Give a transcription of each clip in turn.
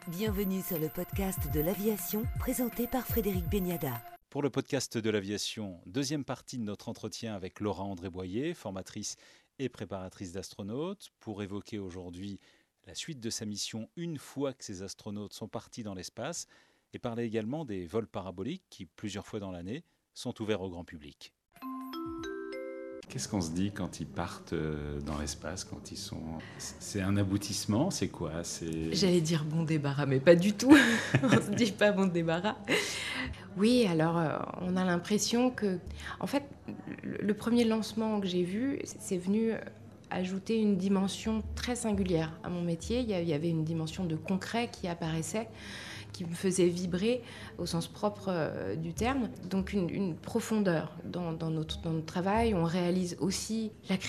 Bienvenue sur le podcast de l'aviation présenté par Frédéric Beniada. Pour le podcast de l'aviation, deuxième partie de notre entretien avec Laura André-Boyer, formatrice et préparatrice d'astronautes, pour évoquer aujourd'hui la suite de sa mission une fois que ces astronautes sont partis dans l'espace et parler également des vols paraboliques qui, plusieurs fois dans l'année, sont ouverts au grand public. Qu'est-ce qu'on se dit quand ils partent dans l'espace, quand ils sont... C'est un aboutissement, c'est quoi ? J'allais dire bon débarras, mais pas du tout. On ne se dit pas bon débarras. Oui, alors on a l'impression que... En fait, le premier lancement que j'ai vu, c'est venu ajouter une dimension très singulière à mon métier. Il y avait une dimension de concret qui apparaissait, qui me faisait vibrer au sens propre du terme. Donc une profondeur dans notre travail. On réalise aussi la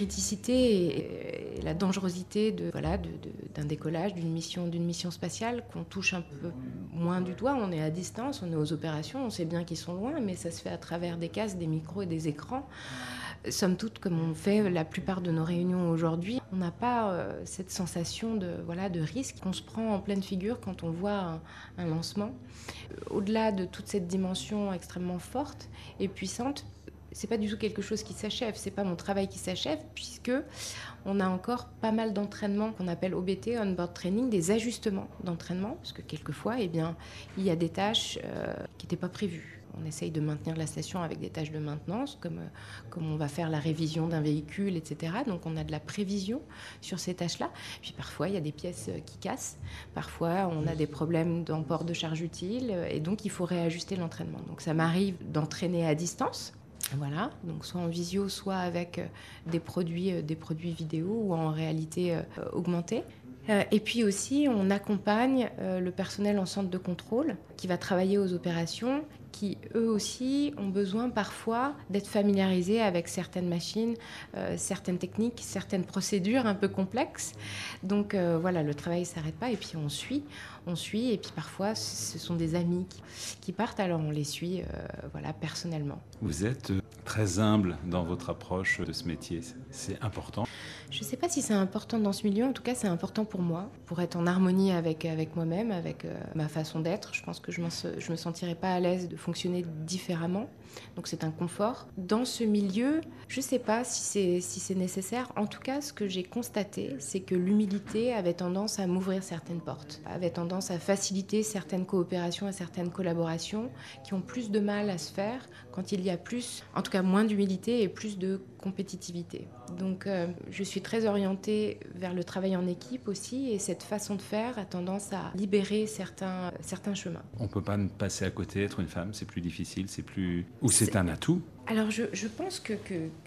criticité et la dangerosité d'un décollage, d'une mission spatiale qu'on touche un peu moins du doigt. On est à distance, on est aux opérations, on sait bien qu'ils sont loin, mais ça se fait à travers des casques, des micros et des écrans. Somme toute, comme on fait la plupart de nos réunions aujourd'hui, on n'a pas cette sensation de risque qu'on se prend en pleine figure quand on voit un lancement. Au-delà de toute cette dimension extrêmement forte et puissante, c'est pas du tout quelque chose qui s'achève, c'est pas mon travail qui s'achève, puisque on a encore pas mal d'entraînements qu'on appelle OBT, on-board training, des ajustements d'entraînement, parce que quelquefois, il y a des tâches qui n'étaient pas prévues. On essaye de maintenir la station avec des tâches de maintenance, comme on va faire la révision d'un véhicule, etc. Donc on a de la prévision sur ces tâches-là. Puis parfois, il y a des pièces qui cassent. Parfois, on a des problèmes d'emport de charge utile. Et donc, il faut réajuster l'entraînement. Donc ça m'arrive d'entraîner à distance. Voilà, donc soit en visio, soit avec des produits vidéo ou en réalité augmentée. Et puis aussi, on accompagne le personnel en centre de contrôle qui va travailler aux opérations, qui eux aussi ont besoin parfois d'être familiarisés avec certaines machines, certaines techniques, certaines procédures un peu complexes. Donc le travail ne s'arrête pas et puis on suit. Et puis parfois, ce sont des amis qui partent, alors on les suit personnellement. Vous êtes très humble dans votre approche de ce métier, c'est important. Je ne sais pas si c'est important dans ce milieu, en tout cas c'est important pour moi, pour être en harmonie avec moi-même, avec ma façon d'être. Je pense que je me sentirais pas à l'aise de fonctionner différemment, donc c'est un confort. Dans ce milieu, je ne sais pas si c'est nécessaire. En tout cas, ce que j'ai constaté, c'est que l'humilité avait tendance à m'ouvrir certaines portes, avait tendance à faciliter certaines coopérations et certaines collaborations qui ont plus de mal à se faire quand il y a plus, en tout cas moins d'humilité et plus de compétitivité. Donc je suis très orientée vers le travail en équipe aussi, et cette façon de faire a tendance à libérer certains chemins. On ne peut pas passer à côté, être une femme, c'est plus difficile, ou c'est un atout. Alors je pense que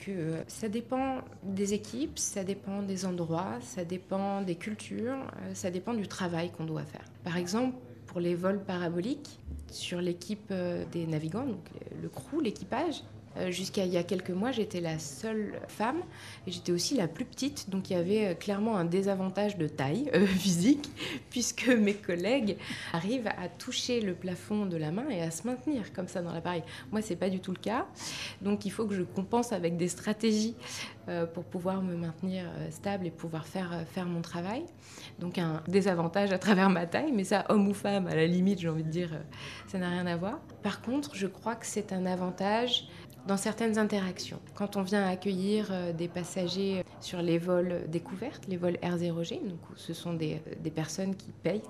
ça dépend des équipes, ça dépend des endroits, ça dépend des cultures, ça dépend du travail qu'on doit faire. Par exemple, pour les vols paraboliques, sur l'équipe des navigants, donc le crew, l'équipage, jusqu'à il y a quelques mois, j'étais la seule femme et j'étais aussi la plus petite. Donc il y avait clairement un désavantage de taille physique, puisque mes collègues arrivent à toucher le plafond de la main et à se maintenir comme ça dans l'appareil. Moi, c'est pas du tout le cas. Donc il faut que je compense avec des stratégies pour pouvoir me maintenir stable et pouvoir faire mon travail. Donc un désavantage à travers ma taille, mais ça, homme ou femme, à la limite, j'ai envie de dire, ça n'a rien à voir. Par contre, je crois que c'est un avantage dans certaines interactions. Quand on vient accueillir des passagers sur les vols découvertes, les vols R0G, donc ce sont des personnes qui payent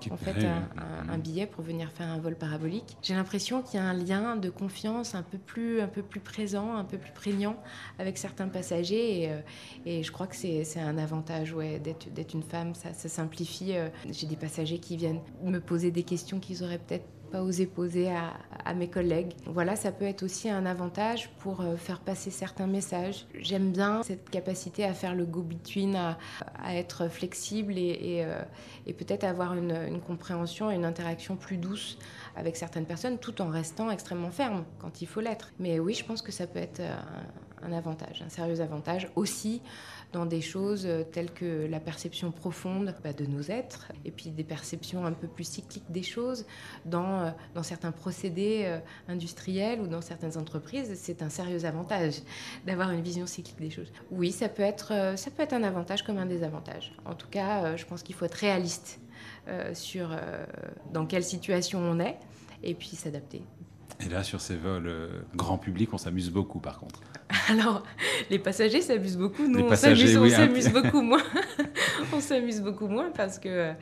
un billet pour venir faire un vol parabolique, j'ai l'impression qu'il y a un lien de confiance un peu plus présent, un peu plus prégnant avec certains passagers, et je crois que c'est un avantage d'être une femme. Ça simplifie. J'ai des passagers qui viennent me poser des questions qu'ils auraient peut-être pas osé poser à mes collègues. Voilà, ça peut être aussi un avantage pour faire passer certains messages. J'aime bien cette capacité à faire le go-between, à être flexible et peut-être avoir une compréhension et une interaction plus douce avec certaines personnes, tout en restant extrêmement ferme quand il faut l'être. Mais oui, je pense que ça peut être un avantage, un sérieux avantage aussi dans des choses telles que la perception profonde de nos êtres, et puis des perceptions un peu plus cycliques des choses dans certains procédés industriels ou dans certaines entreprises. C'est un sérieux avantage d'avoir une vision cyclique des choses. Oui, ça peut être un avantage comme un désavantage. En tout cas, je pense qu'il faut être réaliste sur dans quelle situation on est, et puis s'adapter. Et là, sur ces vols grand public, on s'amuse beaucoup, par contre. Alors, les passagers s'amusent beaucoup. Nous, on s'amuse beaucoup moins. On s'amuse beaucoup moins parce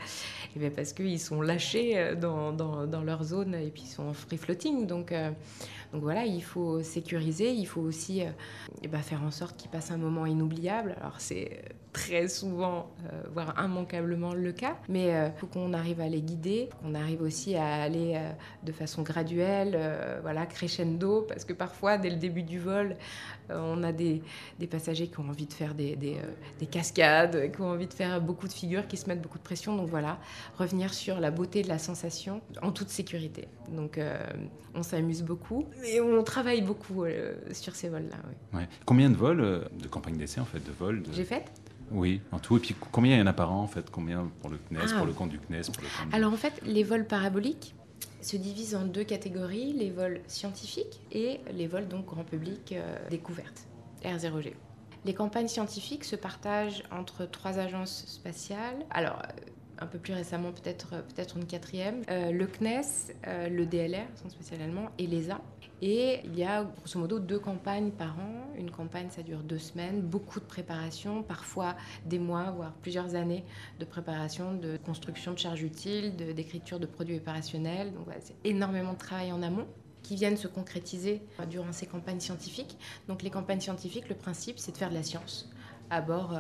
qu'ils sont lâchés dans leur zone et puis ils sont en free floating. Donc voilà, il faut sécuriser. Il faut aussi faire en sorte qu'ils passent un moment inoubliable. Alors, c'est très souvent, voire immanquablement le cas. Mais il faut qu'on arrive à les guider, qu'on arrive aussi à aller de façon graduelle, crescendo, parce que parfois, dès le début du vol, on a des passagers qui ont envie de faire des cascades, qui ont envie de faire beaucoup de figures, qui se mettent beaucoup de pression. Donc voilà, revenir sur la beauté de la sensation en toute sécurité. Donc on s'amuse beaucoup et on travaille beaucoup sur ces vols-là. Oui. Ouais. Combien de vols de campagne d'essai, en fait, de vols J'ai fait. Oui, en tout. Et puis combien il y en a par an, en fait? Combien pour le CNES, pour le compte du CNES, pour le compte Alors en fait, les vols paraboliques se divisent en 2 catégories, les vols scientifiques et les vols donc grand public découverte, R0G. Les campagnes scientifiques se partagent entre 3 agences spatiales. Alors, un peu plus récemment, peut-être une 4e, le CNES, le DLR, Centre spatial allemand, et l'ESA. Et il y a grosso modo 2 campagnes par an. Une campagne, ça dure 2 semaines, beaucoup de préparation, parfois des mois, voire plusieurs années de préparation, de construction de charges utiles, d'écriture de produits opérationnels. Donc voilà, c'est énormément de travail en amont qui viennent se concrétiser durant ces campagnes scientifiques. Donc les campagnes scientifiques, le principe, c'est de faire de la science à bord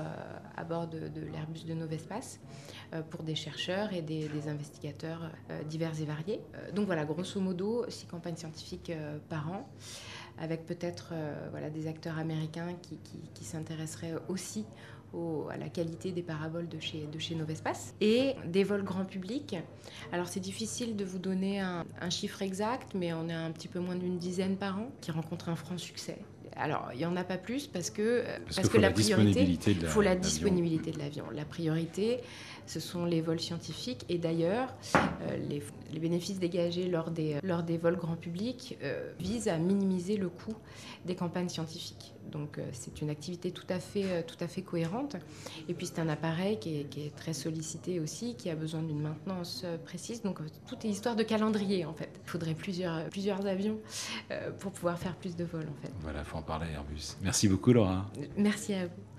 de l'Airbus de Novespace pour des chercheurs et des investigateurs divers et variés. Donc voilà, grosso modo, 6 campagnes scientifiques par an, avec peut-être des acteurs américains qui s'intéresseraient aussi à la qualité des paraboles de chez Novespace, et des vols grand public. Alors c'est difficile de vous donner un chiffre exact, mais on est à un petit peu moins d'une dizaine par an qui rencontrent un franc succès. Alors, il n'y en a pas plus parce que la priorité, il faut la disponibilité de l'avion. La priorité, ce sont les vols scientifiques. Et d'ailleurs, les bénéfices dégagés lors des vols grand public visent à minimiser le coût des campagnes scientifiques. Donc, c'est une activité tout à fait cohérente. Et puis, c'est un appareil qui est très sollicité aussi, qui a besoin d'une maintenance précise. Donc, tout est histoire de calendrier, en fait. Il faudrait plusieurs avions pour pouvoir faire plus de vols, en fait. Voilà, il faut en parler, Airbus. Merci beaucoup, Laura. Merci à vous.